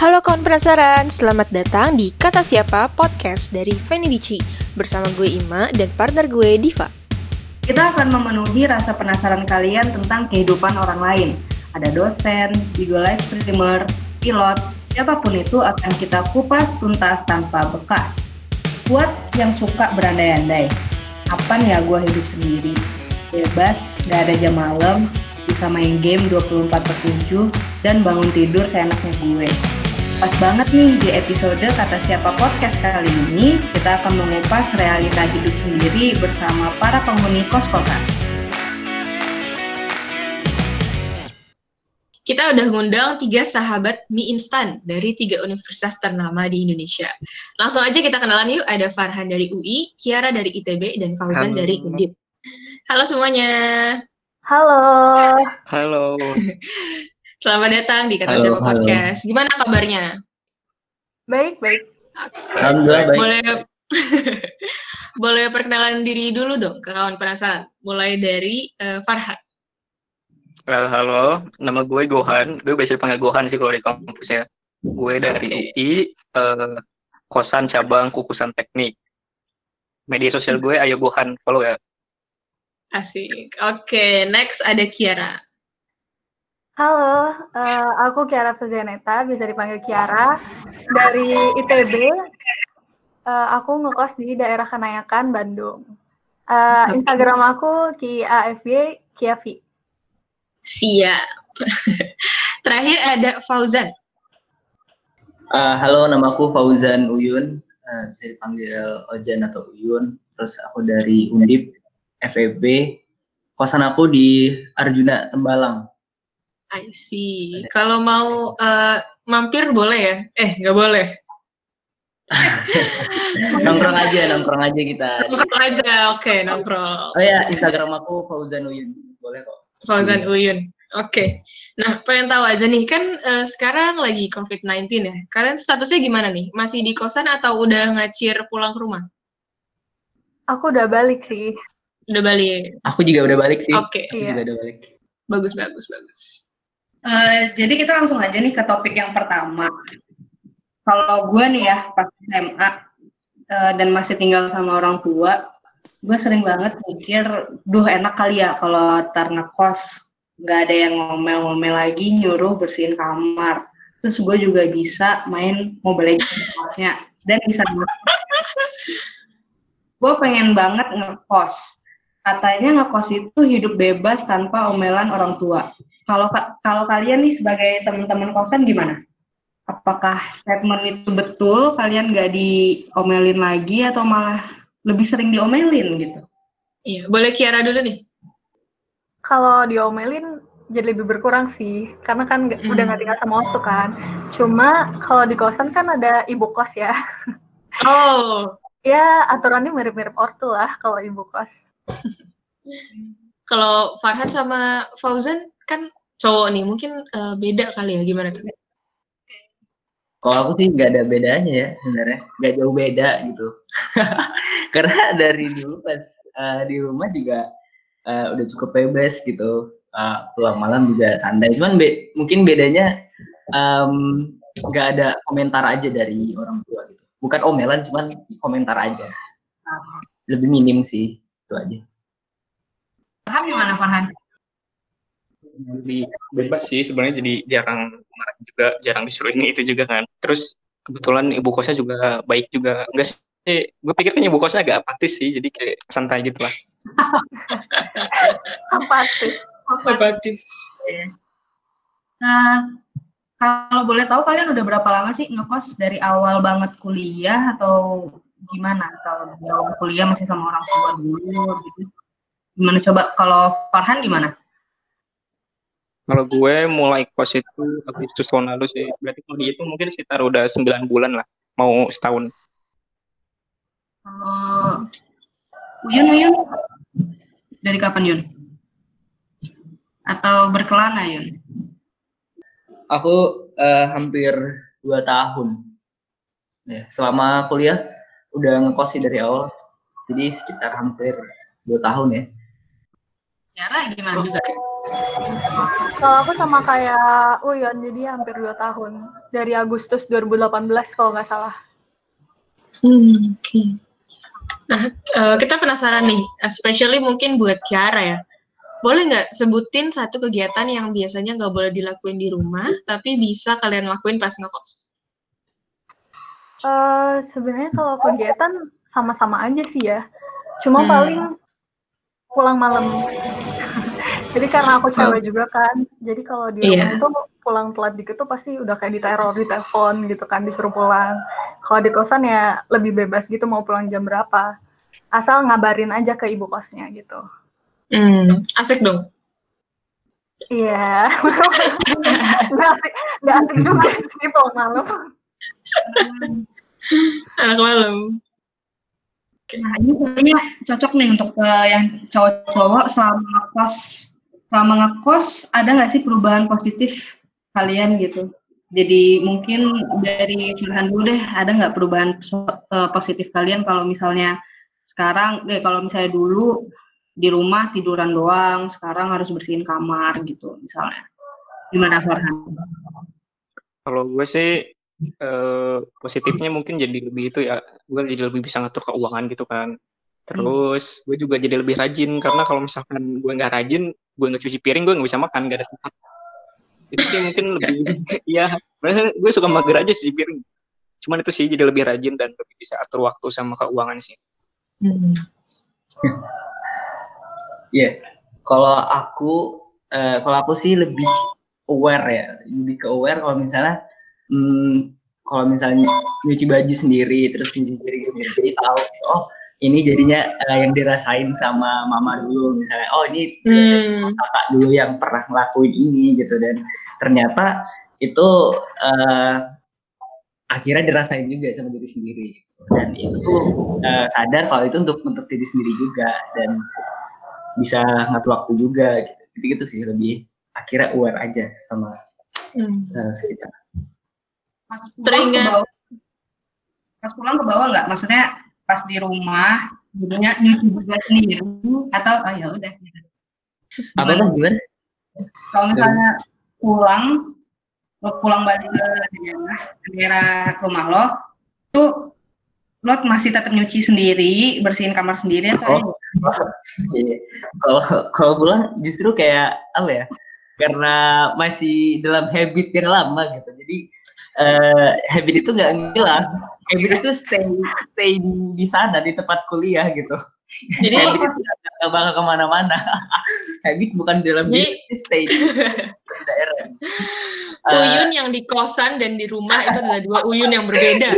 Halo kawan penasaran, selamat datang di Kata Siapa Podcast dari Venidici. Bersama gue Ima dan partner gue Diva. Kita akan memenuhi rasa penasaran kalian tentang kehidupan orang lain. Ada dosen, juga live streamer, pilot, siapapun itu akan kita kupas tuntas tanpa bekas. Buat yang suka berandai-andai, kapan ya gue hidup sendiri? Bebas, gak ada jam malam, bisa main game 24/7, dan bangun tidur seenaknya gue. Pas banget nih di episode Kata Siapa Podcast kali ini, kita akan mengupas realita hidup sendiri bersama para penghuni kos-kosan. Kita udah ngundang 3 sahabat mie instan dari 3 universitas ternama di Indonesia. Langsung aja kita kenalan yuk, ada Farhan dari UI, Kiara dari ITB, dan Fauzan dari Undip. Halo semuanya. Halo. Selamat datang di Kata Siapa Podcast. Gimana kabarnya? Baik. Alhamdulillah baik. Boleh perkenalan diri dulu dong ke kawan penasaran. Mulai dari Farhan. Halo, nama gue Gohan. Gue biasa dipanggil Gohan sih kalau di kampus ya. Gue dari UI, kosan cabang kukusan teknik. Media sosial gue Ayo Gohan, follow ya. Asik. Oke, next ada Kiara. Halo, aku Kiara Fezaneta, bisa dipanggil Kiara, dari ITB. Aku ngekos di daerah Kanayakan, Bandung. Instagram aku KIAFY. Siap. Terakhir ada Fauzan. Halo, nama aku Fauzan Uyun, bisa dipanggil Ojan atau Uyun. Terus aku dari Undip, FEB. Kosan aku di Arjuna, Tembalang. I see. Kalau mau mampir boleh ya? Nggak boleh. nongkrong aja kita. Nongkrong aja, oke, nongkrong. Oh ya, Instagram aku Fauzan Uyun, boleh kok. Fauzan Uyun, oke. Nah, pengen tahu aja nih, kan sekarang lagi COVID-19 ya. Kalian statusnya gimana nih? Masih di kosan atau udah ngacir pulang ke rumah? Aku udah balik sih. Udah balik? Aku juga udah balik sih. Oke. Aku juga udah balik. Bagus. Jadi kita langsung aja nih ke topik yang pertama. Kalau gue nih ya, pas SMA dan masih tinggal sama orang tua, gue sering banget mikir, enak kali ya kalau ntar ngekos, nggak ada yang ngomel-ngomel lagi, nyuruh bersihin kamar. Terus gue juga bisa main Mobile Legends-nya, dan bisa gue pengen banget ngekos. Katanya ngekos itu hidup bebas tanpa omelan orang tua. Kalau kalian nih sebagai teman-teman kosan gimana? Apakah statement itu betul? Kalian nggak diomelin lagi atau malah lebih sering diomelin gitu? Iya, boleh Kiara dulu nih. Kalau diomelin jadi lebih berkurang sih, karena kan udah nggak tinggal sama ortu kan. Cuma kalau di kosan kan ada ibu kos ya. Oh. Ya, aturannya mirip-mirip ortu lah kalau ibu kos. Kalau Farhan sama Fauzan kan cowok nih, mungkin beda kali ya, gimana tuh? Kalau aku sih nggak ada bedanya ya sebenarnya, nggak jauh beda gitu. Karena dari dulu pas di rumah juga udah cukup bebas gitu, pulang malam juga santai. Cuman mungkin bedanya nggak ada komentar aja dari orang tua gitu. Bukan omelan, cuman komentar aja. Lebih minim sih, itu aja. Farhan gimana Farhan? Jadi bebas sih sebenarnya, jadi jarang marah juga, jarang disuruh ini itu juga kan. Terus kebetulan ibu kosnya juga baik juga. Enggak sih, gue pikir kan ibu kosnya agak apatis sih, jadi kayak santai gitu lah. Apatis. Kalau boleh tahu kalian udah berapa lama sih ngekos, dari awal banget kuliah atau gimana? Kalau dari awal kuliah masih sama orang tua dulu gitu. Gimana coba kalau Farhan gimana? Kalau gue mulai kos itu Agustus tahun lalu sih. Berarti kalau dihitung mungkin sekitar udah 9 bulan lah. Mau setahun. Kalau Uyun, dari kapan Yun? Atau berkelana Yun? Aku hampir 2 tahun. Ya, selama kuliah udah ngekos sih dari awal. Jadi sekitar hampir 2 tahun ya. Kiara gimana juga? Kalau aku sama kayak Uyon, jadi hampir 2 tahun. Dari Agustus 2018 kalau nggak salah. Oke. Nah, kita penasaran nih, especially mungkin buat Kiara ya. Boleh nggak sebutin satu kegiatan yang biasanya nggak boleh dilakuin di rumah, tapi bisa kalian lakuin pas ngekos? Sebenarnya kalau kegiatan sama-sama aja sih ya. Cuma paling pulang malam. Jadi karena aku cewek juga kan, jadi kalau di rumah itu pulang telat dikit tuh pasti udah kayak diteror, ditelepon gitu kan, disuruh pulang. Kalau di kosan ya lebih bebas gitu mau pulang jam berapa. Asal ngabarin aja ke ibu kosnya gitu. Asik dong. Iya. Nggak asik juga sih pulang malam. Anak malam. Nah, ini kayaknya cocok nih untuk yang cowok-cowok selama ngekos ada nggak sih perubahan positif kalian gitu? Jadi mungkin dari Firhan dulu deh, ada nggak perubahan positif kalian kalau misalnya kalau misalnya dulu di rumah tiduran doang, sekarang harus bersihin kamar gitu misalnya. Gimana Firhan? Kalau gue sih positifnya mungkin jadi lebih itu ya, gue jadi lebih bisa ngatur keuangan gitu kan. Terus gue juga jadi lebih rajin, karena kalau misalkan gue nggak rajin, gue nggak cuci piring, gue nggak bisa makan, nggak ada tempat. Itu sih mungkin lebih, ya gue suka mager aja cuci piring. Cuman itu sih jadi lebih rajin dan lebih bisa atur waktu sama keuangan sih. Iya, kalau aku sih lebih aware ya, lebih ke aware kalau misalnya nyuci baju sendiri, terus nyuci piring sendiri, jadi tahu, oh ini jadinya yang dirasain sama mama dulu, misalnya, oh ini kakak dulu yang pernah ngelakuin ini gitu, dan ternyata itu akhirnya dirasain juga sama diri sendiri, dan itu sadar kalau itu untuk diri sendiri juga, dan bisa ngatur waktu juga gitu sih, lebih akhirnya aware aja sama sekitar. Pas pulang ke bawah nggak? Maksudnya pas di rumah dulunya nyuci juga sendiri atau ya udah gitu. Apa gimana? Kalau misalnya pulang balik ke daerah rumah lo tuh lo masih tetap nyuci sendiri, bersihin kamar sendiri atau kalau pulang justru kayak apa ya, karena masih dalam habit yang lama gitu, jadi habit itu nggak hilang, habit itu stay di sana, di tempat kuliah gitu. Jadi habit itu nggak bakal kemana-mana. Habit bukan dalam diri, stay di daerah. Uyun yang di kosan dan di rumah itu adalah dua Uyun yang berbeda.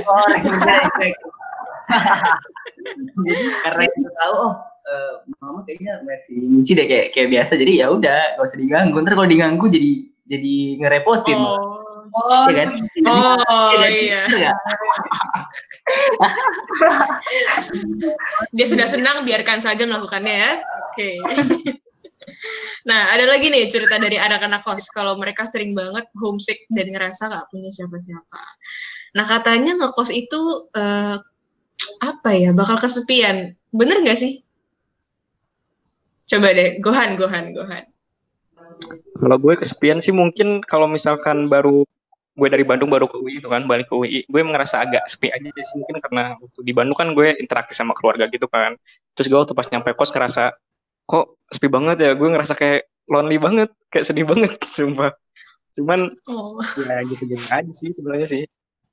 Jadi karena kita tahu mama kayaknya masih nyuci deh kayak biasa, jadi ya udah nggak usah diganggu, ntar kalau diganggu jadi ngerepotin. Oh, ya kan? Iya. Dia sudah senang, biarkan saja melakukannya ya. Oke. Nah, ada lagi nih cerita dari anak-anak kos, kalau mereka sering banget homesick dan ngerasa nggak punya siapa-siapa. Nah, katanya ngekos itu apa ya, bakal kesepian. Bener nggak sih? Coba deh, Gohan. Kalau gue kesepian sih mungkin kalau misalkan gue dari Bandung baru ke UI itu kan, balik ke UI, gue ngerasa agak sepi aja sih, mungkin karena waktu di Bandung kan gue interaksi sama keluarga gitu kan. Terus gue waktu pas nyampe kos ngerasa kok sepi banget ya, gue ngerasa kayak lonely banget, kayak sedih banget, sumpah. Cuman ya gitu-gitu aja sih sebenarnya sih.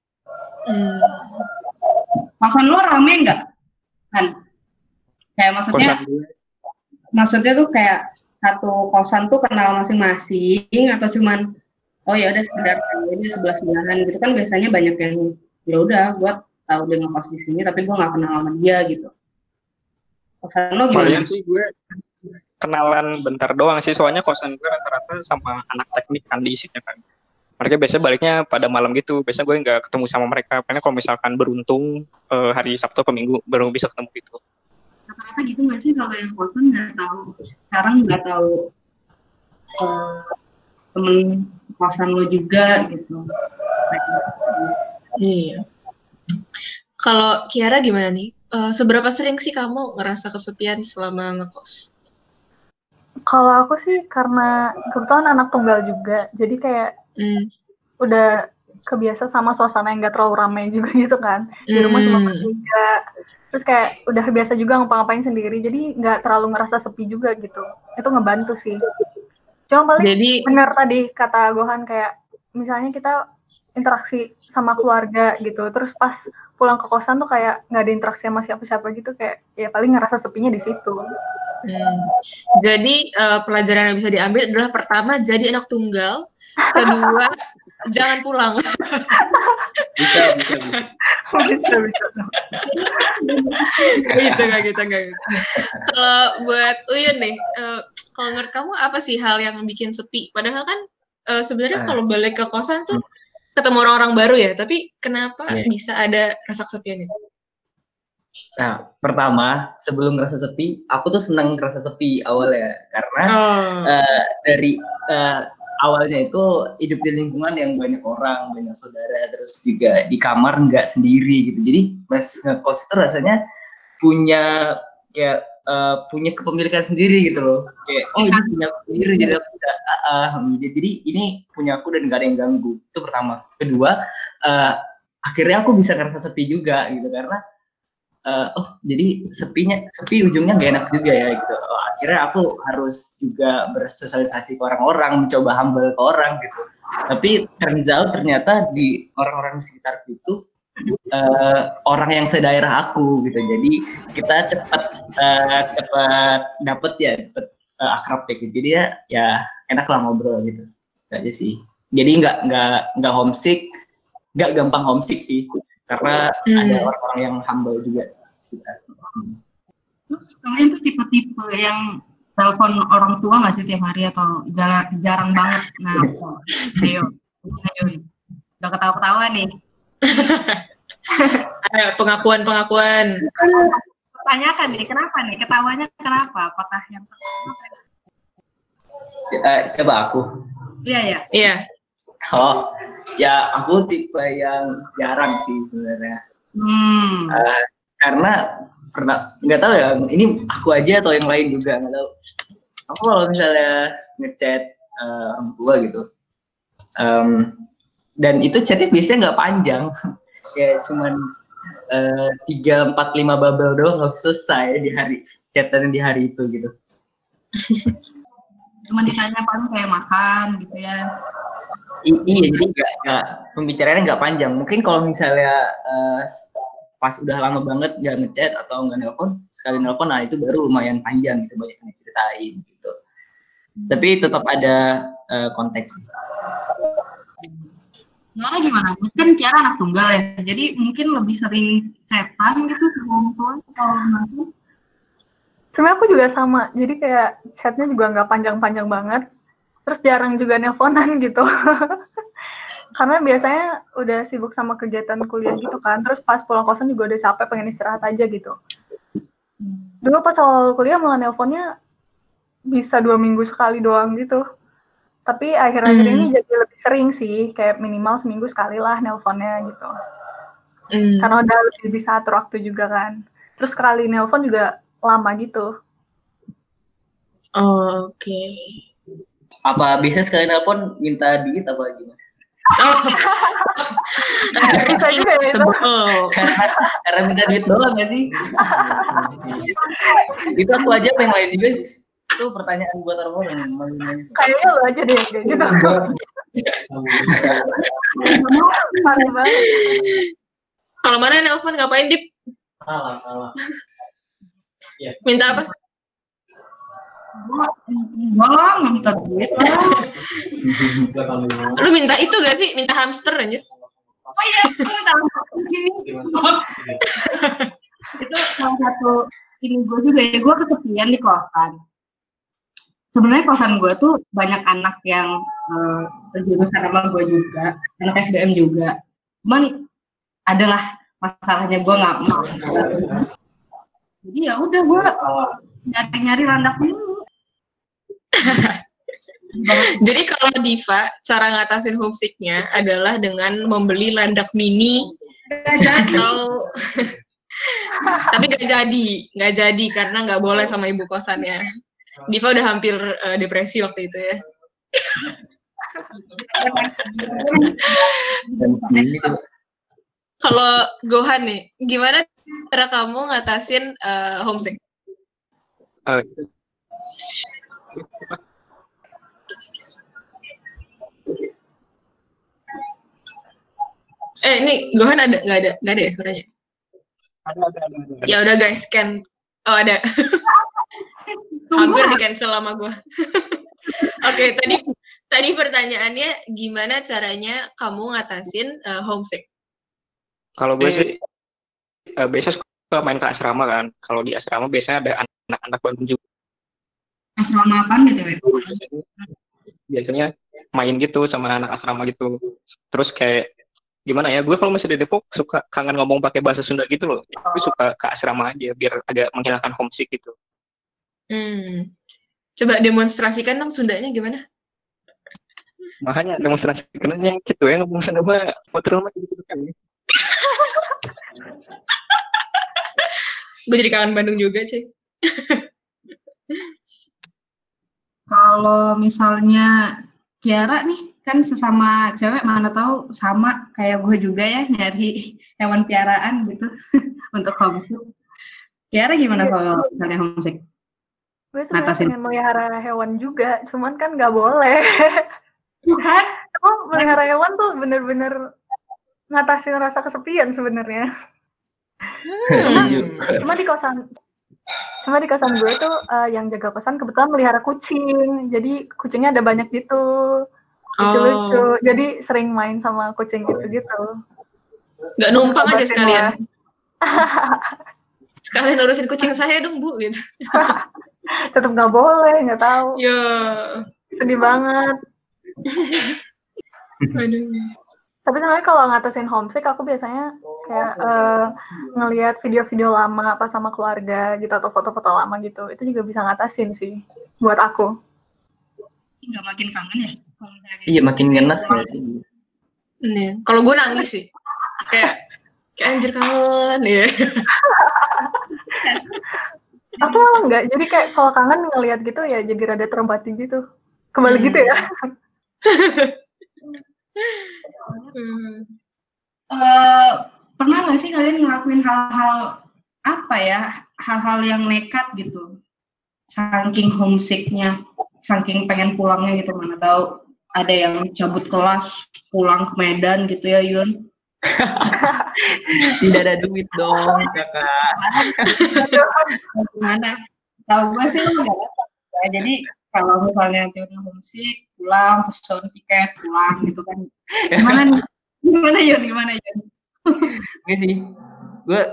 Kosan lo rame nggak kan? Kayak maksudnya tuh kayak satu kosan tuh kenal masing-masing atau cuman oh ya udah sekedar aja sebelah-sebelahan gitu kan, biasanya banyak yang ya udah gue tahu dia ngekos di sini tapi gue nggak kenal sama dia gitu. Kosan lo gimana? Paling sih gue kenalan bentar doang sih, soalnya kosan gue rata-rata sama anak teknik kan diisinya kan. Mereka biasanya baliknya pada malam gitu, biasanya gue nggak ketemu sama mereka, karena kalau misalkan beruntung hari Sabtu atau Minggu baru bisa ketemu gitu. Rata-rata gitu nggak sih kalau yang kosan nggak tahu, sekarang nggak tahu temen kosan lo juga gitu. Iya. Kalau Kiara gimana nih? Seberapa sering sih kamu ngerasa kesepian selama ngekos? Kalau aku sih karena kebetulan anak tunggal juga, jadi kayak udah kebiasa sama suasana yang gak terlalu ramai juga gitu kan. Di rumah sama keluarga. Terus kayak udah biasa juga ngapa-ngapain sendiri, jadi nggak terlalu ngerasa sepi juga gitu. Itu ngebantu sih. Cuma paling benar tadi kata Gohan kayak misalnya kita interaksi sama keluarga gitu, terus pas pulang ke kosan tuh kayak nggak ada interaksi sama siapa-siapa gitu, kayak ya paling ngerasa sepinya di situ. Jadi pelajaran yang bisa diambil adalah pertama jadi anak tunggal, kedua jangan pulang. Bisa. Gitu. Kalau buat Uyun nih, kalau menurut kamu apa sih hal yang bikin sepi? Padahal kan sebenarnya kalau balik ke kosan tuh ketemu orang-orang baru ya, tapi kenapa bisa ada rasa kesepian itu? Nah, pertama, sebelum ngerasa sepi, aku tuh seneng ngerasa sepi awalnya. Karena dari awalnya itu hidup di lingkungan yang banyak orang, banyak saudara, terus juga di kamar nggak sendiri gitu. Jadi pas ngekos itu rasanya punya kayak punya kepemilikan sendiri gitu loh. Kayak ini punya aku sendiri, jadi aku bisa jadi ini punya aku dan nggak ada yang ganggu. Itu pertama. Kedua, akhirnya aku bisa ngerasa sepi juga gitu karena jadi sepi ujungnya gak enak juga ya gitu. Akhirnya aku harus juga bersosialisasi ke orang-orang, mencoba humble ke orang gitu. Tapi ternyata di orang-orang di sekitar itu orang yang sedaerah aku gitu. Jadi kita cepat dapet akrab kayak gitu. Jadi ya enak lah ngobrol gitu. Itu aja sih. Jadi nggak homesick, nggak gampang homesick sih. Karena ada orang-orang yang humble juga sekitar. Terus kalian tuh tipe-tipe yang telepon orang tua nggak sih tiap hari atau jarang banget? Nah, ayo, udah ketawa-ketawa nih. Ada pengakuan. Tanyakan nih, kenapa nih? Ketawanya kenapa? Apakah yang siapa aku? Iya. Oh, ya aku tipe yang jarang sih sebenarnya. Karena nggak tahu ya, ini aku aja atau yang lain juga nggak tahu. Aku kalau misalnya ngechat orang tua gitu, dan itu chatnya biasanya nggak panjang, kayak cuman 3, 4, 5 bubble doang nggak selesai di hari chatannya di hari itu gitu. Cuman ditanya paling kayak makan gitu ya. Iya, jadi pembicaraannya nggak panjang. Mungkin kalau misalnya pas udah lama banget nggak ngechat atau nggak nelpon, sekali nelpon, nah itu baru lumayan panjang gitu, banyak yang diceritain gitu. Tapi tetap ada konteks. Gimana? Kan Kiara anak tunggal ya, jadi mungkin lebih sering chatan gitu sama orang tua atau nanti? Sebenarnya aku juga sama, jadi kayak chatnya juga nggak panjang-panjang banget. Terus jarang juga nelponan gitu. Karena biasanya udah sibuk sama kegiatan kuliah gitu kan. Terus pas pulang kosan juga udah capek, pengen istirahat aja gitu. Dulu pas awal kuliah malah nelponnya bisa 2 minggu sekali doang gitu. Tapi akhir-akhir ini jadi lebih sering sih. Kayak minimal seminggu sekali lah nelponnya gitu. Karena udah lebih bisa atur waktu juga kan. Terus sekali nelpon juga lama gitu. Oke. Apa bisa sekali nelpon minta duit apa gimana? Bisa juga ya itu. Karena minta duit doang gak sih? Itu aku aja apa yang lain juga sih? Itu pertanyaan buat orang-orang. Kayaknya lo aja deh kayak gitu. Kalau mana nelpon ngapain, Dip? Salah. Minta apa? Nggak minta duit lah. Lu minta itu gak sih? Minta hamster aja. Oh iya, aku minta hamster gini. Itu salah satu ini gue juga ya, gue kesepian di kosan. Sebenarnya kosan gue tuh banyak anak yang sejurusan sama gue juga, anak SBM juga. Cuman adalah masalahnya gue nggak mau. Jadi ya udah gue nyari landak dulu. Jadi kalau Diva, cara ngatasin homesicknya adalah dengan membeli landak mini atau tapi nggak jadi karena nggak boleh sama ibu kosannya. Diva udah hampir depresi waktu itu ya. Kalau Gohan nih, gimana cara kamu ngatasin homesick? Ini Gohan nggak ada ya suaranya? Ada. Ya udah guys, scan. Oh ada. Hampir di cancel sama gue. Oke, tadi pertanyaannya gimana caranya kamu ngatasin homesick? Kalau gue sih biasa suka main ke asrama kan. Kalau di asrama biasanya ada anak-anak Bandung juga. Asrama apa gitu ya? Biasanya main gitu sama anak asrama gitu. Terus kayak gimana ya? Gue kalau masih di Depok suka kangen ngomong pakai bahasa Sunda gitu loh. Gue suka ke asrama aja biar agak menghilangkan homesick gitu. Coba demonstrasikan dong Sundanya gimana? Makanya demonstrasi karena yang gitu ya ngomong Sunda mah motor mah gitu kan. Gue jadi kangen Bandung juga sih. Kalau misalnya Kiara nih kan sesama cewek mana tahu sama kayak gue juga ya nyari hewan piaraan gitu untuk homesick. Kiara gimana kalau misalnya homesick? Gue sebenarnya pengen melihara hewan juga, cuman kan nggak boleh. Melihara hewan tuh bener-bener ngatasin rasa kesepian sebenarnya. Cuma di kosan gue tuh yang jaga kosan kebetulan melihara kucing, jadi kucingnya ada banyak gitu, lucu-lucu, jadi sering main sama kucing gitu. Nggak numpang aja sekalian. Sekalian urusin kucing saya dong Bu gitu. Tetap nggak boleh, nggak tahu. Ya. Sedih banget. Tapi sebenarnya kalau ngatasin homesick, aku biasanya kayak ngelihat video-video lama pas sama keluarga gitu atau foto-foto lama gitu. Itu juga bisa ngatasin sih buat aku. Nggak makin kangen ya? Iya makin ngenes ya sih. Nih, kalau gue nangis sih. Kayak anjir kangen ya. Aku malah enggak. Jadi kayak kalau kangen ngelihat gitu ya jadi rada terobati gitu. Kembali gitu ya. Pernah nggak sih kalian ngelakuin hal-hal apa ya, hal-hal yang nekat gitu, saking homesicknya, saking pengen pulangnya gitu, mana tahu ada yang cabut kelas pulang ke Medan gitu ya Yun. Tidak ada duit dong kakak. Gimana? Tahu gue sih nggak dapat ya. Jadi kalau misalnya tiba-tiba homesick pulang pesen tiket pulang gitu kan. Gimana Yun? Gue sih, gue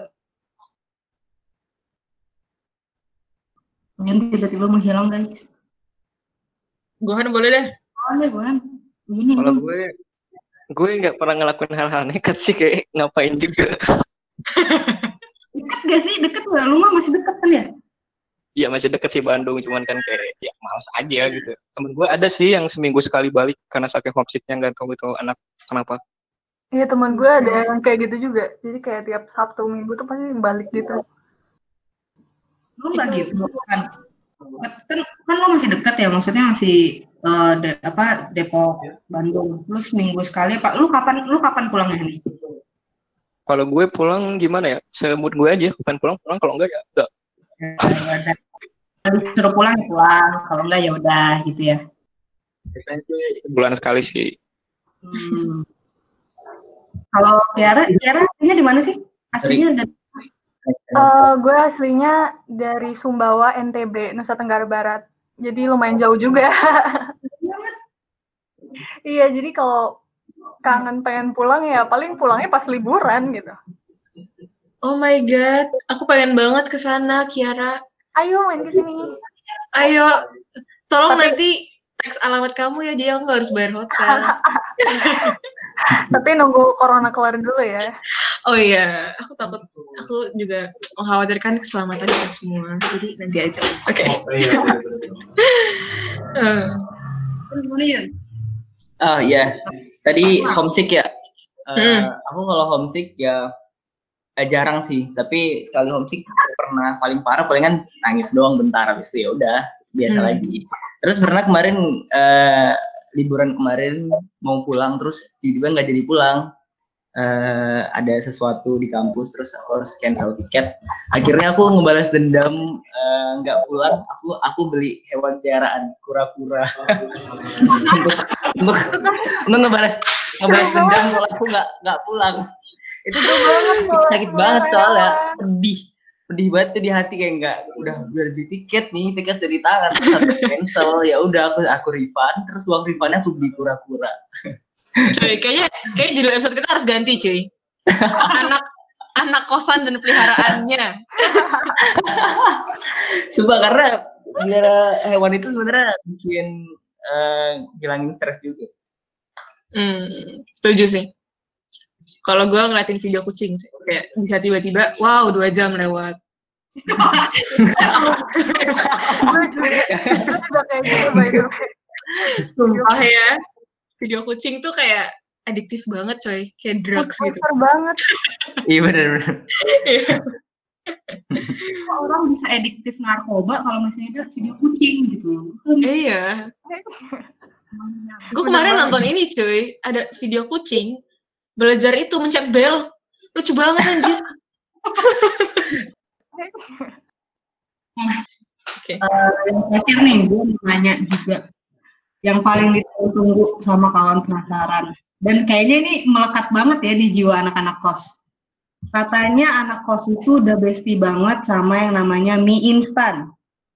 Yun tiba-tiba menghilang guys. Gohan boleh deh. Boleh Gohan. Kalau gue nggak pernah ngelakuin hal-hal nekat sih, kayak ngapain juga. Dekat gak sih? Deket nggak? Lu mah masih deket kan ya? Iya masih deket sih Bandung, cuman kan kayak ya malas aja gitu. Temen gue ada sih yang seminggu sekali balik karena saking homesicknya, nggak tahu itu anak kenapa. Iya teman gue ada yang kayak gitu juga. Jadi kayak tiap Sabtu Minggu tuh pasti balik gitu. Lu nggak gitu kan lo masih dekat ya, maksudnya masih Depok Bandung, lu seminggu sekali Pak. Lu kapan pulangnya nih? Kalau gue pulang gimana ya, semut gue aja, kapan pulang kalau enggak ya enggak. Suruh pulang ya pulang, kalau enggak ya udah gitu ya. Biasanya sih bulan sekali sih. Kalau Kiara aslinya di mana sih? Aslinya dari gue aslinya dari Sumbawa, NTB, Nusa Tenggara Barat. Jadi lumayan jauh juga. Iya, jadi kalau kangen pengen pulang ya paling pulangnya pas liburan gitu. Oh my god, aku pengen banget ke sana, Kiara. Ayo main ke sini. Ayo, tolong nanti teks alamat kamu ya, dia nggak harus bayar hotel. Tapi nunggu corona kelar dulu ya. Oh iya, aku juga mengkhawatirkan keselamatan kita semua. Jadi nanti aja. Oke. Oh iya, tadi homesick ya. Aku kalau homesick ya jarang sih. Tapi sekali homesick pernah paling parah palingan nangis doang bentar, habis itu ya udah biasa lagi. Terus pernah kemarin liburan kemarin mau pulang terus tiba-tiba nggak jadi pulang. Ada sesuatu di kampus terus aku harus cancel tiket. Akhirnya aku ngebalas dendam, nggak pulang. Aku beli hewan peliharaan kura-kura untuk ngebalas dendam kalau aku nggak pulang. Itu tuh sakit banget soalnya, pedih banget tuh di hati, kayak nggak, udah beli tiket dari tangan terus harus cancel. Ya udah aku refund, terus uang refundnya aku beli kura-kura. Cuy, kayaknya judul episode kita harus ganti, cuy. Anak kosan dan peliharaannya. Sumpah, karena hewan itu sebenarnya bikin hilangin stres juga. Setuju sih. Kalau gue ngeliatin video kucing sih, kayak bisa tiba-tiba, wow, 2 jam lewat. Gue juga kayak gitu, by the way. Sumpah ya. Video kucing tuh kayak adiktif banget, coy. Kayak drugs gitu. Pinter banget. Iya, benar. Orang bisa adiktif narkoba kalau misalnya dia video kucing gitu. Iya. Gue kemarin nonton ini, cuy. Ada video kucing belajar itu mencet bel. Lucu banget, anjir. Oke. Yang terakhir nih, gue mau nanya juga. Yang paling ditunggu sama kawan penasaran. Dan kayaknya ini melekat banget ya di jiwa anak-anak kos. Katanya anak kos itu udah bestie banget sama yang namanya mie instan.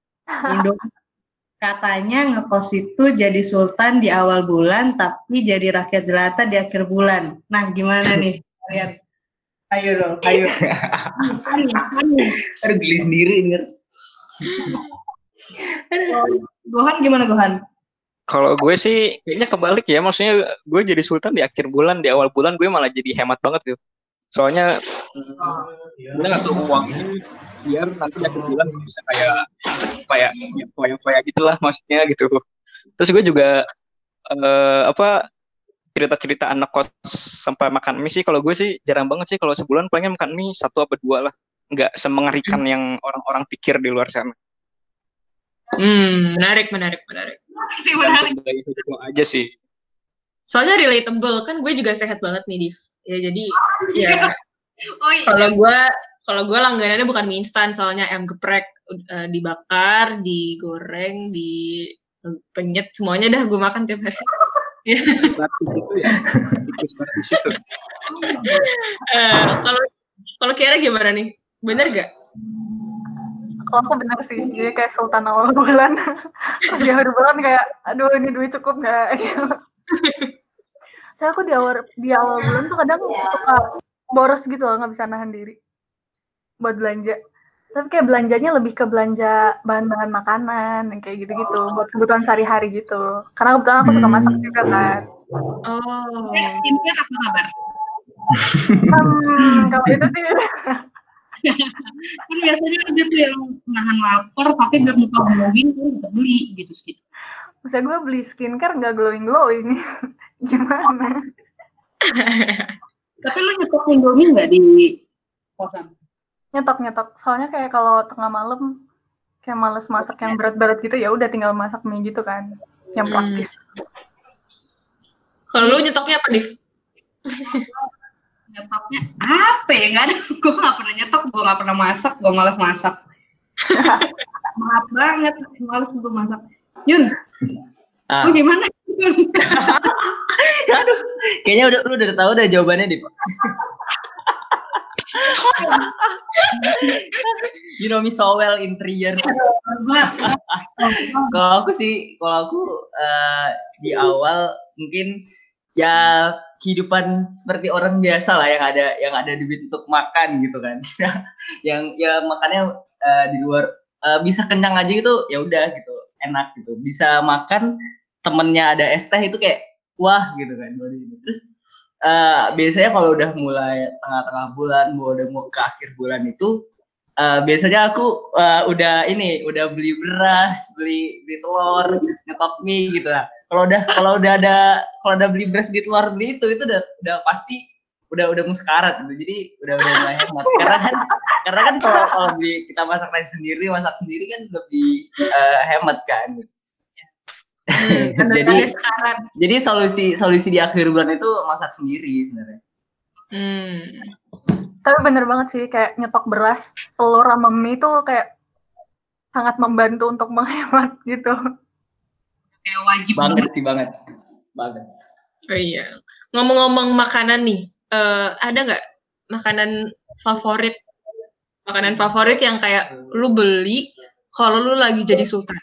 Katanya ngekos itu jadi sultan di awal bulan, tapi jadi rakyat jelata di akhir bulan. Nah, gimana nih kalian? Ayo dong, ayo. Aduh, geli sendiri nih. Gohan gimana, Gohan? Kalau gue sih kayaknya kebalik ya, maksudnya gue jadi sultan di akhir bulan, di awal bulan gue malah jadi hemat banget gitu. Soalnya gue ngatur uangnya biar nanti di akhir bulan bisa kayak gitulah maksudnya gitu. Terus gue juga cerita-cerita anak kos sampai makan mie sih, kalau gue sih jarang banget sih, kalau sebulan paling makan mie 1 atau 2 lah, nggak semengerikan yang orang-orang pikir di luar sana. Menarik. Itu aja sih. Soalnya relatable, kan gue juga sehat banget nih, Div. Ya jadi ya. Kalau gue langganannya bukan mie instan, soalnya ayam geprek dibakar, digoreng, dipenyet, semuanya dah gue makan tiap hari. Praktis itu ya. Praktis itu. Kalau Kiara gimana nih? Bener gak? Kalau aku bener sih, jadi kayak sultan awal bulan. Terus di akhir bulan kayak, aduh ini duit cukup nggak? Saya aku di awal bulan tuh kadang suka boros gitu loh, nggak bisa nahan diri buat belanja. Tapi kayak belanjanya lebih ke belanja bahan-bahan makanan, yang kayak gitu-gitu, buat kebutuhan sehari-hari gitu. Karena kebetulan aku suka masak juga kan. Oh. Skincare apa kabar? Kalau itu sih. Kan biasanya ada tuh yang nahan lapar tapi biar muka glowing tuh bisa beli gitu sih. Maksudnya gue beli skincare nggak glowing gimana? Tapi lu nyetok Indomie nggak di kosan? Nyetok. Soalnya kayak kalau tengah malam kayak males masak yang berat-berat gitu, ya udah tinggal masak mie gitu kan, yang praktis. Kalau lu nyetoknya apa, Div? Nyetoknya apa ya? Nggak ada. Gue nggak pernah nyetok, gue nggak pernah masak, gue malas masak. Maaf banget, malas gue masak. Yun, lu gimana? Aduh, kayaknya lu udah tahu dah jawabannya, Div. You know me so well in 3 years. Kalau aku di awal mungkin ya kehidupan seperti orang biasa lah, yang ada duit untuk makan gitu kan. yang ya makannya di luar bisa kenyang aja gitu, ya udah gitu, enak gitu. Bisa makan temennya ada es teh itu kayak wah gitu kan. Terus biasanya kalau udah mulai tengah-tengah bulan, udah mau ke akhir bulan itu biasanya aku udah beli beras, beli telur, nyetok mie gitu lah. Kalau udah beli beras, beli telur, beli itu udah pasti udah muskarat gitu. Jadi udah mulai hemat. Karena kan kalau kita masak sendiri kan lebih hemat kan. Jadi solusi di akhir bulan itu masak sendiri sebenarnya. Tapi bener banget sih, kayak nyetok beras, telur sama mie itu kayak sangat membantu untuk menghemat gitu. Kayak wajib banget. Oh iya. Ngomong-ngomong makanan nih, ada nggak makanan favorit yang kayak lu beli kalau lu lagi jadi sultan?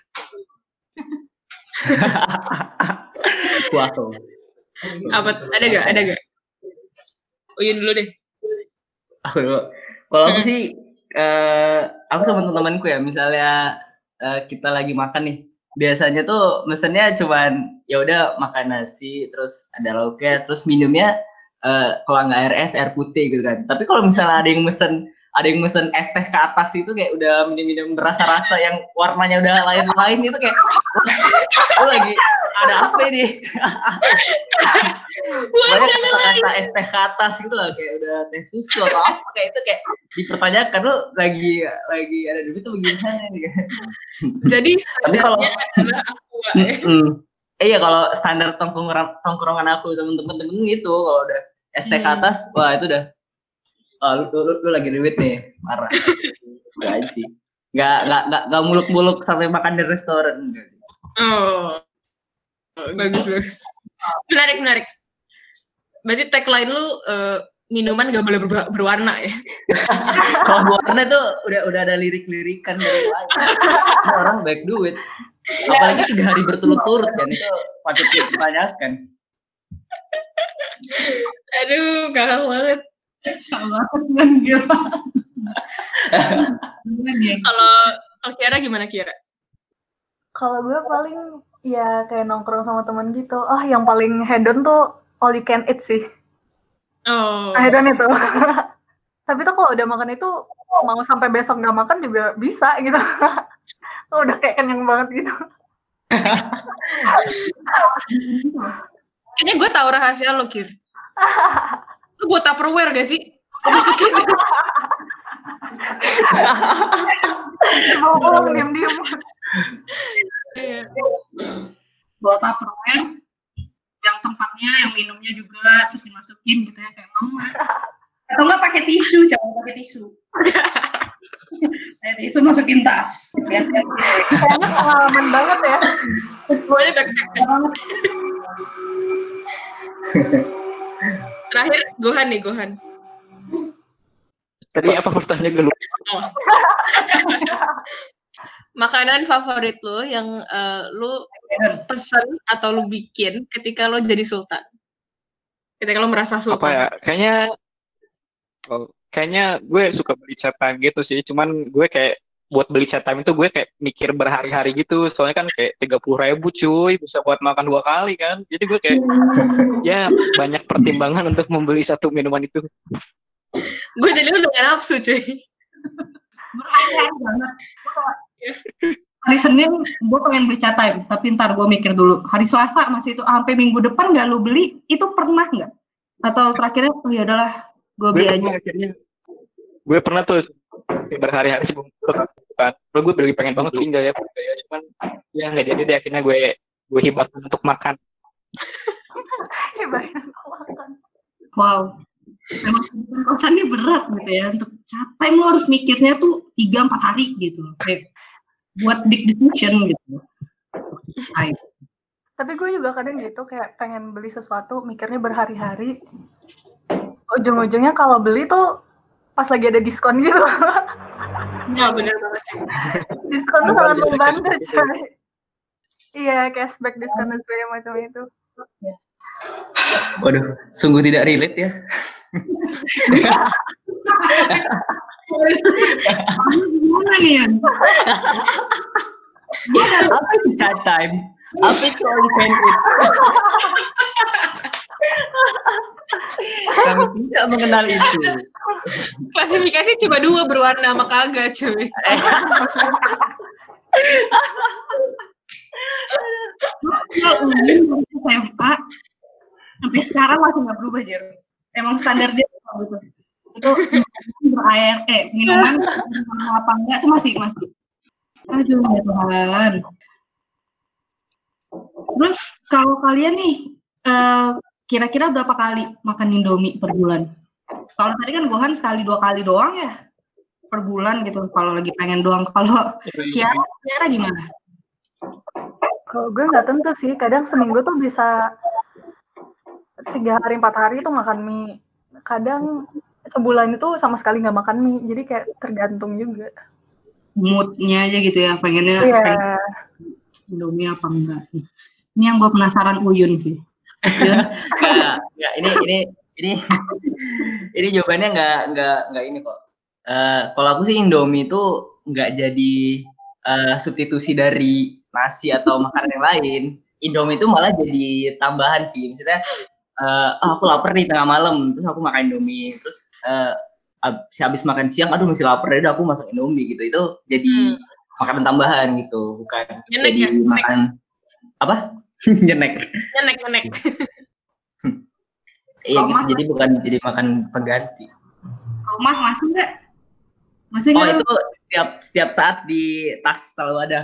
Waduh. Apa ada gak? Uyun dulu deh. Aku dulu. Kalau aku sih, aku sama teman-temanku ya, misalnya kita lagi makan nih, biasanya tuh mesennya cuman ya udah makan nasi, terus ada lauknya, terus minumnya kalau nggak air putih gitu kan. Tapi kalau misalnya ada yang mesen es teh ke atas itu kayak udah minum berasa-rasa yang warnanya udah lain-lain itu kayak lagi ada apa ini? Banyak kata es teh ke atas gitu lah, kayak udah teh susu atau apa kayak itu kayak dipertanyakan lu lagi ada duit tuh bagaimana nih kan. Jadi tapi kalau aqua iya kalau standar tongkrongan aku temen-temen gitu kalau udah es teh ke atas wah itu udah lu lagi duit nih parah. Enggak sih. Enggak muluk-muluk sampai makan di restoran enggak sih. Oh. Bagus. Menarik. Berarti tagline lu minuman gak boleh berwarna ya? Kalau berwarna tuh udah ada lirik-lirikan dari lain. Orang baik duit. Apalagi 3 hari berturut-turut kan itu patut dipertanyakan. Aduh, kakak banget. Salah kan gila. Kalau Kiara gimana Kiara? Kalau gue paling ya kayak nongkrong sama temen gitu. Yang paling hedon tuh all you can eat sih. Oh. Hedon itu. Tapi tuh kalau udah makan itu mau sampai besok nggak makan juga bisa gitu. Udah kayak kenyang banget gitu. Kayaknya gue tahu rahasia lo, Kir. Lu buat Tupperware gak sih? Mau pulang diam-diam. Bawa Tupperware yang tempatnya, yang minumnya juga, terus dimasukin gitu ya kayak mama. Atau nggak pakai tisu, jangan pakai tisu. Tisu masukin tas. Kayaknya pengalaman banget ya. Semuanya backpack. Terakhir Gohan. Tadi apa pertanyaan gue lupa? Oh. Makanan favorit lo yang lo pesen atau lo bikin ketika lo jadi sultan? Ketika lo merasa sultan? Apa ya? Kayaknya gue suka beli chat time gitu sih. Cuman gue kayak buat beli chat time itu gue kayak mikir berhari-hari gitu. Soalnya kan kayak 30.000 cuy, bisa buat makan 2 kali kan. Jadi gue kayak ya banyak pertimbangan untuk membeli satu minuman itu. Gue jadi udah gak nafsu cuy. Berhari-hari banget. Hari Senin gue pengen beli chat time, tapi ntar gue mikir dulu. Hari Selasa masih itu, sampai minggu depan nggak lu beli, itu pernah nggak? Atau terakhirnya, ya udahlah, gue beli aja. Gue pernah tuh berhari-hari sebelum kan. Lalu gue beli pengen banget tinggal ya, cuman ya nggak jadi deh, akhirnya gue hibahkan untuk makan. Hibahkan untuk makan. Wow. Memang kosannya berat gitu ya, untuk chat time lo harus mikirnya tuh 3-4 hari gitu. Kayak buat big decision gitu. Tapi gue juga kadang gitu kayak pengen beli sesuatu mikirnya berhari-hari. Ujung-ujungnya kalau beli tuh pas lagi ada diskon gitu. Nah, bener banget sih. Diskon tuh sangat membantu coy. Iya, cashback diskon dan segala macam itu. Waduh, sungguh tidak relate ya. Gimana nih Yan? Apa itu chat time? Apa itu all you can eat? Kami tidak mengenal itu. Klasifikasi cuma 2, berwarna sama kagak cuy. SMA sampai sekarang masih nggak berubah Jer. emang standar dia gitu. Itu ber-ART, minuman apa enggak itu masih. Aduh, ya Tuhan. Terus kalau kalian nih kira-kira berapa kali makan Indomie per bulan? Kalau tadi kan Gohan sekali 2 kali doang ya per bulan gitu. Kalau lagi pengen doang. Kalau Kiara gimana? Kalau gue nggak tentu sih. Kadang seminggu tuh bisa 3 hari 4 hari tuh makan mie. Kadang sebulan itu sama sekali nggak makan mie. Jadi kayak tergantung juga. Moodnya aja gitu ya, pengennya Iya. Indomie apa enggak. Ini yang gue penasaran Uyun sih. Nggak, ini jawabannya nggak ini kok. Kalau aku sih Indomie itu nggak jadi substitusi dari nasi atau makanan yang lain. Indomie itu malah jadi tambahan sih. Misalnya aku lapar nih tengah malam, terus aku makan Indomie, terus habis makan siang, aduh masih lapar, udah aku masak Indomie gitu. Itu jadi makanan tambahan gitu, bukan Nyenek jadi ya? makan apa? Nyenek. Iya gitu, jadi bukan jadi makan pengganti. Kalau Mas masih nggak? Masih Oh nggak? itu setiap saat di tas selalu ada.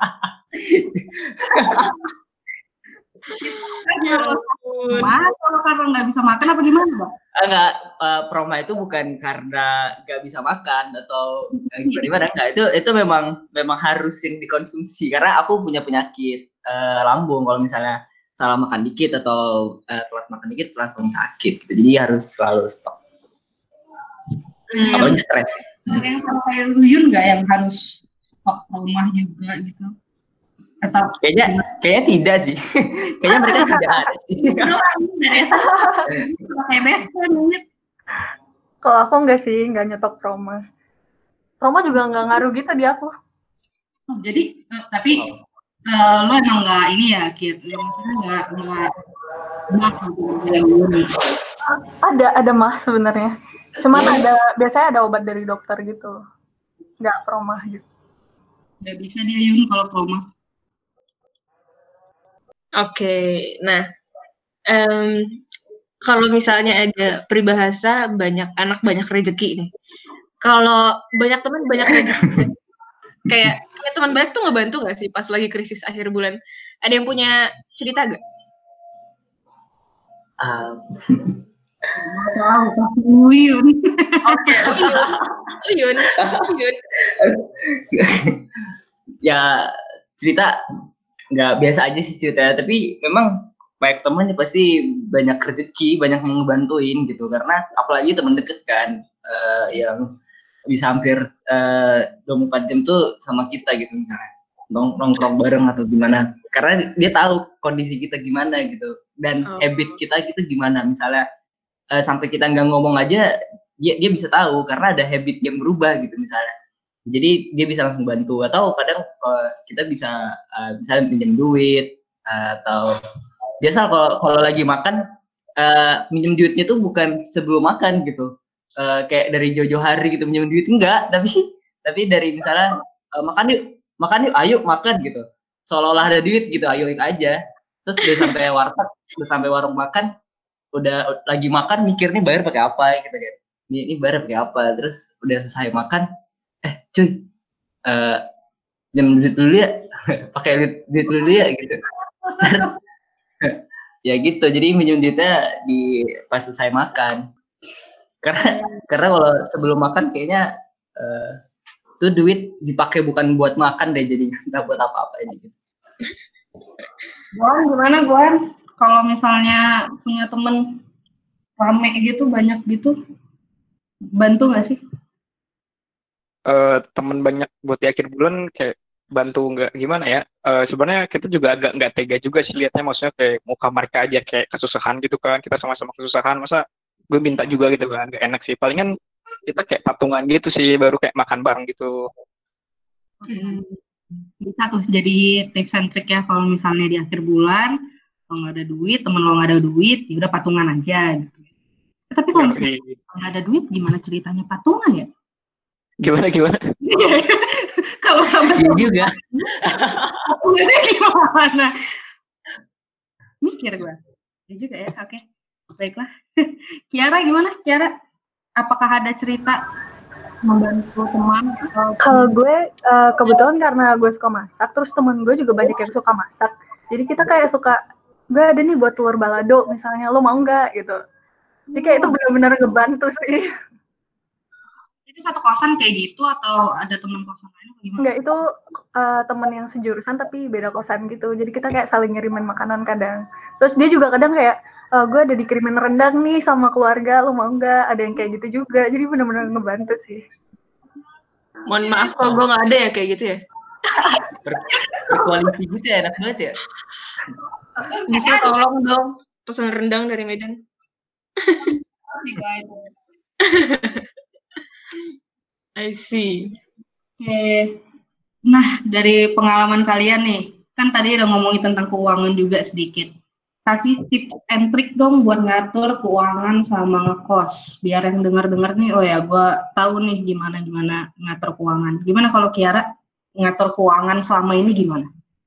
Mas, kalau karena nggak bisa makan apa gimana, Mbak? Enggak, Proma itu bukan karena nggak bisa makan atau gimana, enggak. Itu memang harus yang dikonsumsi karena aku punya penyakit lambung. Kalau misalnya salah makan dikit atau telat makan dikit langsung sakit gitu. Jadi harus selalu stop. Apalagi stres. Ada yang sama kayak Uyun nggak yang harus stop rumah juga gitu? Atau Kayaknya tidak sih. Kayaknya mereka tidak ada sih. kayak best-friend. Kalau aku nggak sih, nggak nyetok Proma. Proma juga nggak ngaruh gitu di aku. Oh, jadi tapi lo emang nggak ini ya, Kir? Maksudnya nggak Ada mah sebenarnya. Cuman biasanya ada obat dari dokter gitu. Nggak Proma gitu. Nggak bisa dia Yun kalau Proma. Oke, nah kalau misalnya ada peribahasa banyak anak banyak rezeki nih. Kalau banyak teman banyak rezeki, kayak teman banyak tuh ngebantu nggak sih pas lagi krisis akhir bulan? Ada yang punya cerita gak? Uyun. Oke, Uyun. Ya cerita nggak biasa aja sih ceritanya, tapi memang banyak teman pasti banyak rezeki, banyak yang ngebantuin gitu, karena apalagi teman deket kan yang bisa hampir 24 jam tuh sama kita gitu, misalnya nongkrong bareng atau gimana, karena dia tahu kondisi kita gimana gitu dan habit kita gitu gimana. Misalnya sampai kita nggak ngomong aja dia bisa tahu karena ada habit yang berubah gitu misalnya. Jadi dia bisa langsung bantu, atau kadang kita bisa misalnya pinjam duit atau biasa kalau lagi makan minjem duitnya tuh bukan sebelum makan gitu, kayak dari jauh-jauh hari gitu minjem duit, enggak, tapi dari misalnya makan yuk ayo makan gitu, seolah-olah ada duit gitu, ayo aja. Terus udah sampai warung makan, udah lagi makan mikir nih bayar pakai apa gitu kan, ini bayar pakai apa, terus udah selesai makan, cuy, jam duit dulu ya, pakai duit dulu ya gitu. Ya gitu, jadi minjem duitnya di pas selesai makan. Karena kalau sebelum makan kayaknya tuh duit dipakai bukan buat makan deh, jadinya nggak buat apa-apa ini. Gitu. Gohan gimana Gohan? Kalau misalnya punya temen rame gitu, banyak gitu, bantu nggak sih? Temen banyak buat di akhir bulan kayak bantu nggak gimana ya, sebenarnya kita juga agak nggak tega juga sih lihatnya, maksudnya kayak muka mereka aja kayak kesusahan gitu kan, kita sama-sama kesusahan, masa gue minta juga gitu kan, nggak enak sih. Palingan kita kayak patungan gitu sih, baru kayak makan bareng gitu. Bisa tuh jadi tips and trick ya, kalau misalnya di akhir bulan kalau nggak ada duit, temen lo nggak ada duit, ya udah patungan aja gitu. Tapi kalau misalnya nggak ada duit, gimana ceritanya patungan ya? Gimana? Kalau sama juga. Gimana? Mikir gue. Ya juga ya, oke. Baiklah. Kiara gimana? Kiara, apakah ada cerita membantu teman? Kalau gue kebetulan karena gue suka masak, terus temen gue juga banyak yang suka masak. Jadi kita kayak suka, gue ada nih buat telur balado misalnya, lo mau nggak gitu. Jadi kayak itu benar-benar ngebantu sih. Itu satu kosan kayak gitu atau ada teman kosan lain? Enggak, itu teman yang sejurusan tapi beda kosan gitu. Jadi kita kayak saling ngirimin makanan kadang. Terus dia juga kadang kayak, gue ada dikirimin rendang nih sama keluarga, lo mau nggak? Ada yang kayak gitu juga. Jadi benar-benar ngebantu sih. Mohon maaf kalau gue nggak ada ya kayak gitu ya. Berkoalisi gitu ya, enak banget ya. Bisa tolong dong pesan rendang dari Medan. I see. Oke. Nah, dari pengalaman kalian nih, kan tadi udah ngomongin tentang keuangan juga sedikit. Kasih tips and trick dong buat ngatur keuangan sama ngekos. Biar yang denger-denger nih, oh ya gue tahu nih gimana ngatur keuangan. Gimana kalau Kiara ngatur keuangan selama ini gimana?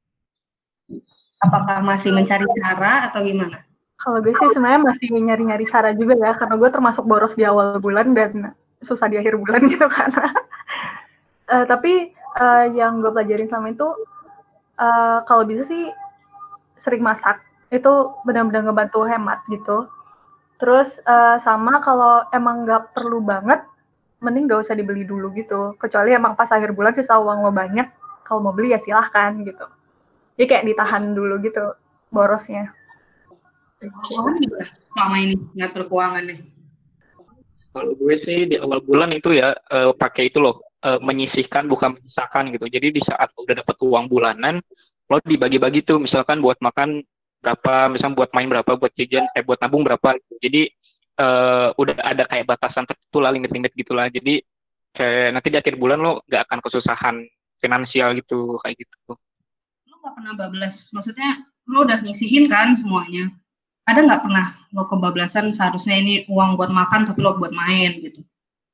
Apakah masih mencari cara atau gimana? Kalau gue sih sebenarnya masih nyari-nyari cara juga ya, karena gue termasuk boros di awal bulan dan susah di akhir bulan gitu kan. Tapi yang gue pelajarin selama itu, kalau bisa sih sering masak, itu benar-benar ngebantu hemat gitu. Terus sama kalau emang nggak perlu banget, mending nggak usah dibeli dulu gitu. Kecuali emang pas akhir bulan sisa uang lo banyak, kalau mau beli ya silahkan gitu. Jadi kayak ditahan dulu gitu borosnya. Keuangan gimana selama ini ngatur keuangannya? Kalau gue sih di awal bulan itu ya pakai itu loh, menyisihkan bukan menyisakan gitu. Jadi di saat udah dapat uang bulanan, lo dibagi-bagi tuh, misalkan buat makan berapa, misalkan buat main berapa, buat jajan, buat nabung berapa gitu. Jadi udah ada kayak batasan tertentu lah, limit-limit gitulah. Jadi kayak nanti di akhir bulan lo gak akan kesusahan finansial gitu, kayak gitu. Lo gak pernah bablas? Maksudnya lo udah nyisihin kan semuanya? Ada nggak pernah lo kebablasan seharusnya ini uang buat makan tapi lo buat main gitu?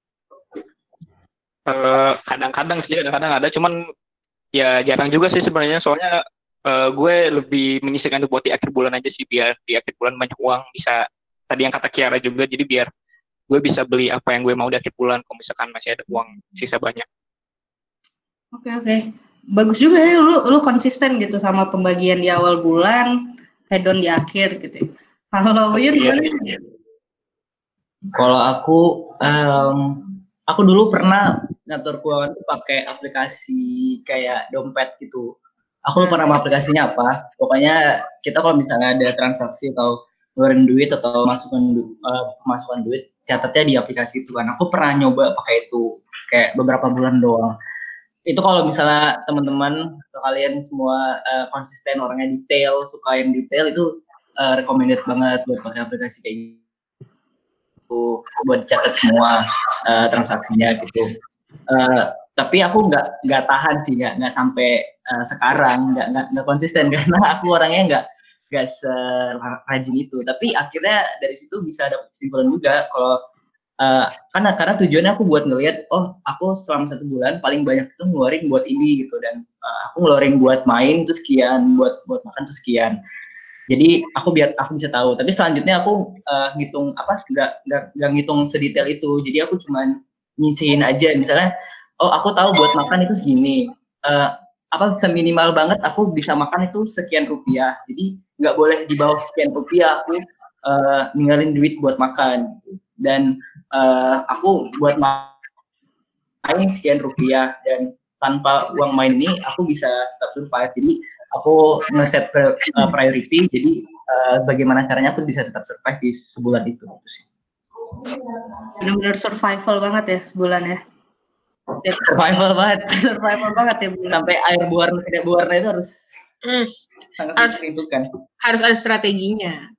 Kadang-kadang sih, kadang-kadang ada, cuman ya jarang juga sih sebenarnya, soalnya gue lebih menyisihkan itu buat di akhir bulan aja sih, biar di akhir bulan banyak uang, bisa tadi yang kata Kiara juga, jadi biar gue bisa beli apa yang gue mau di akhir bulan kalau misalkan masih ada uang sisa banyak. Oke. Bagus juga ya, lu konsisten gitu sama pembagian di awal bulan, head on di akhir gitu. Kalau Uyun gimana? Kalau aku dulu pernah ngatur keuangan tuh pakai aplikasi kayak dompet gitu. Aku lupa nama aplikasinya apa. Pokoknya kita kalau misalnya ada transaksi atau ngeluarin duit atau masukan duit, catatnya di aplikasi itu kan. Aku pernah nyoba pakai itu kayak beberapa bulan doang. Itu kalau misalnya teman-teman atau kalian semua konsisten, orangnya detail, suka yang detail, itu recommended banget buat pakai aplikasi kayak gitu, buat catat semua transaksinya gitu. Tapi aku nggak tahan sih, nggak sampai sekarang, nggak konsisten karena aku orangnya nggak serajin itu. Tapi akhirnya dari situ bisa dapat kesimpulan juga kalau karena tujuannya aku buat ngelihat, oh aku selama 1 bulan paling banyak itu ngeluarin buat ini gitu, dan aku ngeluarin buat main tuh sekian, buat makan tuh sekian. Jadi biar aku bisa tahu. Tapi selanjutnya aku ngitung nggak ngitung sedetail itu. Jadi aku cuma nyisihin aja. Misalnya, oh aku tahu buat makan itu segini. Seminimal banget aku bisa makan itu sekian rupiah. Jadi nggak boleh di bawah sekian rupiah aku ninggalin duit buat makan. Dan aku buat main sekian rupiah, dan tanpa uang main ini aku bisa tetap survive. Jadi aku nge-set priority, jadi bagaimana caranya aku bisa tetap survive di sebulan itu sih. Benar-benar survival banget ya sebulan ya. Survival banget ya. Sampai air berwarna tidak berwarna itu harus sangat diperhitungkan. Harus ada strateginya.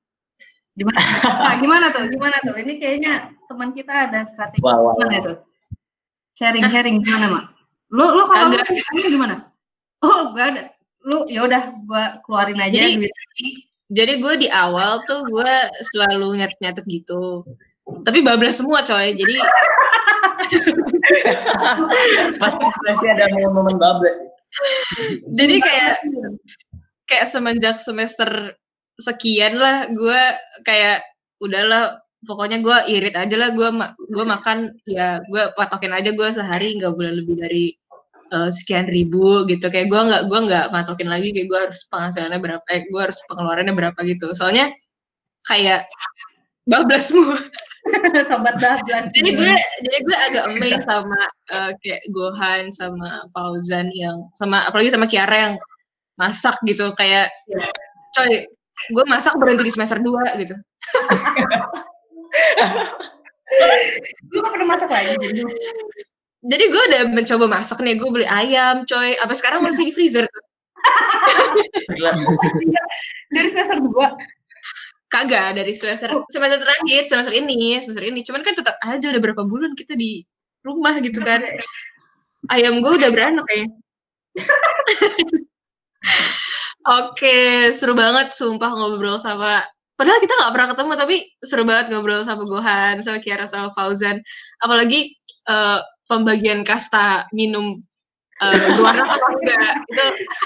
Gimana tuh? Ini kayaknya teman kita ada strategi. Gimana tuh? Sharing gimana, Mak? Lu kalau gimana? Oh, gak ada. Lu yaudah gua keluarin aja duit. Jadi gue di awal tuh gue selalu nyatet gitu. Tapi bablas semua coy. Jadi pasti ada momen bablas. Jadi kayak semenjak semester sekian lah gue kayak udahlah pokoknya gue irit aja lah, gue makan ya gue patokin aja gue sehari nggak boleh lebih dari sekian ribu gitu, kayak gue nggak patokin lagi kayak gue harus penghasilannya berapa, gue harus pengeluarannya berapa gitu, soalnya kayak bablas semua. Sobat bablas. jadi gue agak amazed sama kayak Gohan sama Fauzan yang apalagi sama Kiara yang masak gitu, kayak coy gue masak berhenti di semester 2 gitu. Lu gak pernah masak lagi gitu? Jadi gue udah mencoba masak nih, gue beli ayam coy, apa sekarang masih di freezer tuh. Dari semester 2? Kagak, dari semester terakhir, semester ini, cuman kan tetap aja udah berapa bulan kita di rumah gitu kan, ayam gue udah beranak kayaknya. Oke, seru banget sumpah ngobrol sama, padahal kita nggak pernah ketemu tapi seru banget ngobrol sama Gohan, sama Kiara, sama Fauzan, apalagi pembagian kasta minum berwarna sama enggak itu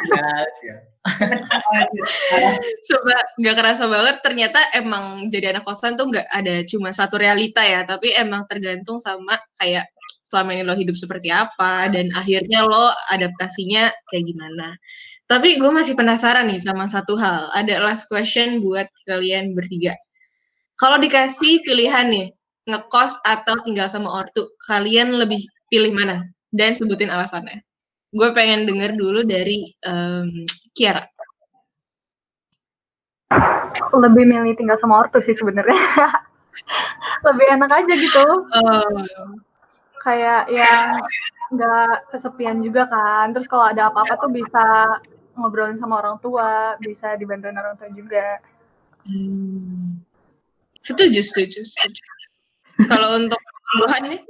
coba nggak kerasa banget, ternyata emang jadi anak kosan tuh nggak ada cuma satu realita ya, tapi emang tergantung sama kayak selama ini lo hidup seperti apa dan akhirnya lo adaptasinya kayak gimana. Tapi gue masih penasaran nih sama satu hal, ada last question buat kalian bertiga. Kalau dikasih pilihan nih, ngekos atau tinggal sama ortu, kalian lebih pilih mana? Dan sebutin alasannya. Gue pengen denger dulu dari Kiara. Lebih milih tinggal sama ortu sih sebenarnya. Lebih enak aja gitu. Kayak yang nggak kesepian juga kan. Terus kalau ada apa-apa tuh bisa ngobrolin sama orang tua, bisa dibantuin orang tua juga. Setuju. Kalau untuk Gohan nih?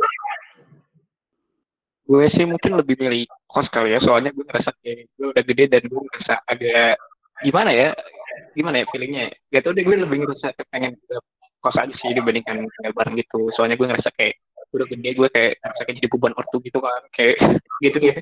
Gue sih mungkin lebih milih kos kali ya, soalnya gue ngerasa kayak gue udah gede dan gue ngerasa agak gimana ya feelingnya. Gak tau deh, gue lebih ngerasa pengen kos aja sih dibandingkan tinggal bareng gitu. Soalnya gue ngerasa kayak udah gede, gue kayak ngerasa kayak jadi beban ortu gitu kan, kayak gitu ya.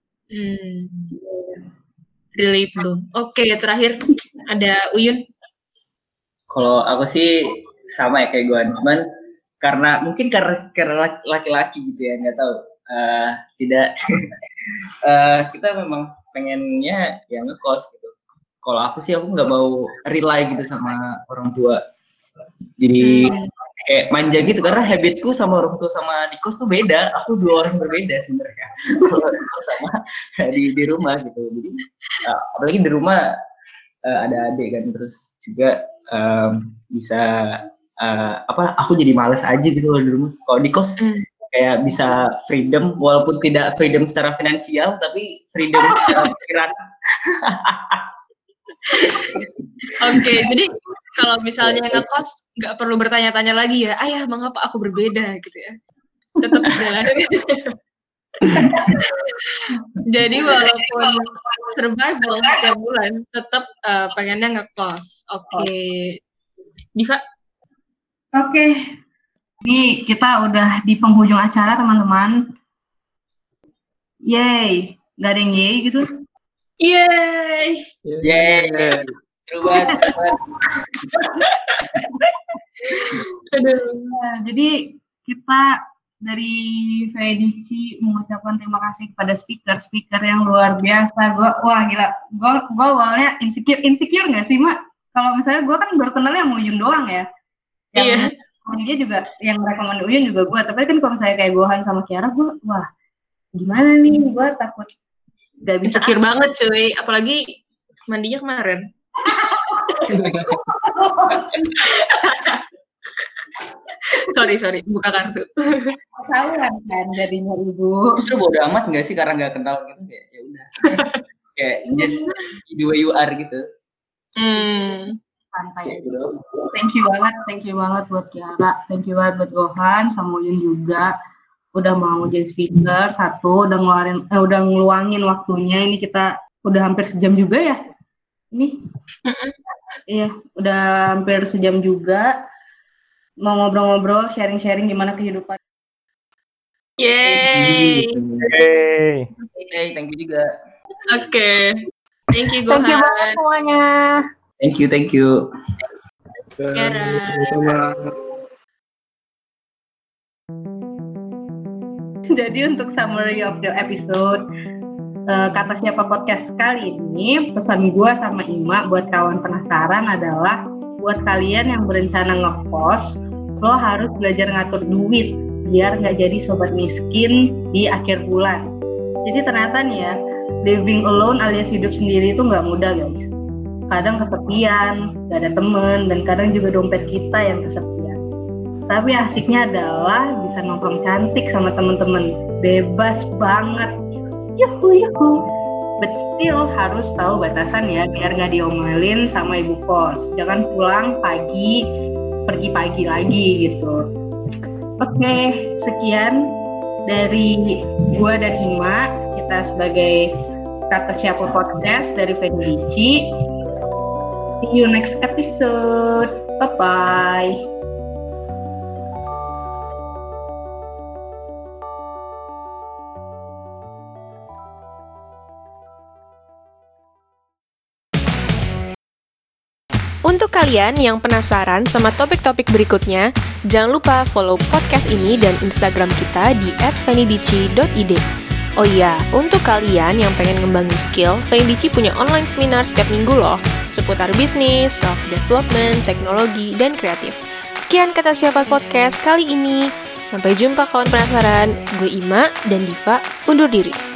Relatable. Oke, terakhir ada Uyun. Kalau aku sih sama ya kayak gue, cuman karena laki-laki gitu ya, nggak tahu. Tidak kita memang pengennya yang ngekos gitu. Kalau aku sih aku nggak mau rely gitu sama orang tua, jadi kayak manja gitu, karena habitku sama orang tua sama di kos tuh beda. Aku dua orang berbeda sebenarnya. Kalau sama di rumah gitu, jadi apalagi di rumah ada adik kan, terus juga bisa aku jadi malas aja gitu kalau di rumah. Kalau di kos kayak bisa freedom, walaupun tidak freedom secara finansial, tapi freedom secara pikiran. Oke, jadi kalau misalnya ngekos nggak perlu bertanya-tanya lagi ya, ayah mengapa aku berbeda gitu ya, tetap jalanin. Jadi walaupun survival setiap bulan, tetap pengennya ngekos. Oke. Diva? Oke. Ini kita udah di penghujung acara, teman-teman. Yeay. Gak ada yang yeay gitu? Yeay. Yeay. Seru banget. Jadi kita dari Fedici mengucapkan terima kasih kepada speaker yang luar biasa. Wah gila. Gue awalnya insecure nggak sih, Mak? Kalau misalnya gue kan baru kenalnya sama Uyun doang ya. Iya. Dia juga yang rekomend Uyun juga gue, tapi kan kalau misalnya kayak Gohan sama Kiara, gue wah gimana nih, gue takut gak bisa. Insecure banget cuy, apalagi mandinya kemarin. sorry buka kartu. Ketahuan kan jadinya ibu. Justru bodo amat nggak sih, karena nggak kenal gitu, kayak ya udah. Kayak just the way you are gitu. Santai aja. Thank you banget buat Kiara, thank you banget buat Gohan sama Uyun juga udah mau jadi speaker. Satu udah ngeluangin waktunya. Ini kita udah hampir sejam juga ya ini. Iya, udah hampir sejam juga mau ngobrol-ngobrol, sharing-sharing gimana kehidupan. Yeay. Thank you juga. Oke. Thank you Gohan. Thank you banget semuanya. Thank you. Kiara. Jadi untuk summary of the episode Kata Siapa Podcast kali ini, pesan gue sama Ima buat kawan penasaran adalah buat kalian yang berencana ngekos, lo harus belajar ngatur duit biar nggak jadi sobat miskin di akhir bulan. Jadi ternyata nih ya, living alone alias hidup sendiri itu nggak mudah guys. Kadang kesepian, nggak ada temen, dan kadang juga dompet kita yang kesepian. Tapi asiknya adalah bisa nongkrong cantik sama temen-temen, bebas banget. Yuhu. But still harus tahu batasan ya, biar nggak diomelin sama ibu kos. Jangan pulang pagi, pergi pagi lagi gitu. Oke, sekian dari gua dan Hima. Kita sebagai Kata Siapa Podcast dari Fendici. See you next episode. Bye-bye. Untuk kalian yang penasaran sama topik-topik berikutnya, jangan lupa follow podcast ini dan Instagram kita di @fenidici.id. Oh iya, untuk kalian yang pengen ngembangin skill, Fenidici punya online seminar setiap minggu loh, seputar bisnis, self-development, teknologi, dan kreatif. Sekian Kata Siapa Podcast kali ini. Sampai jumpa kawan penasaran. Gue Ima dan Diva undur diri.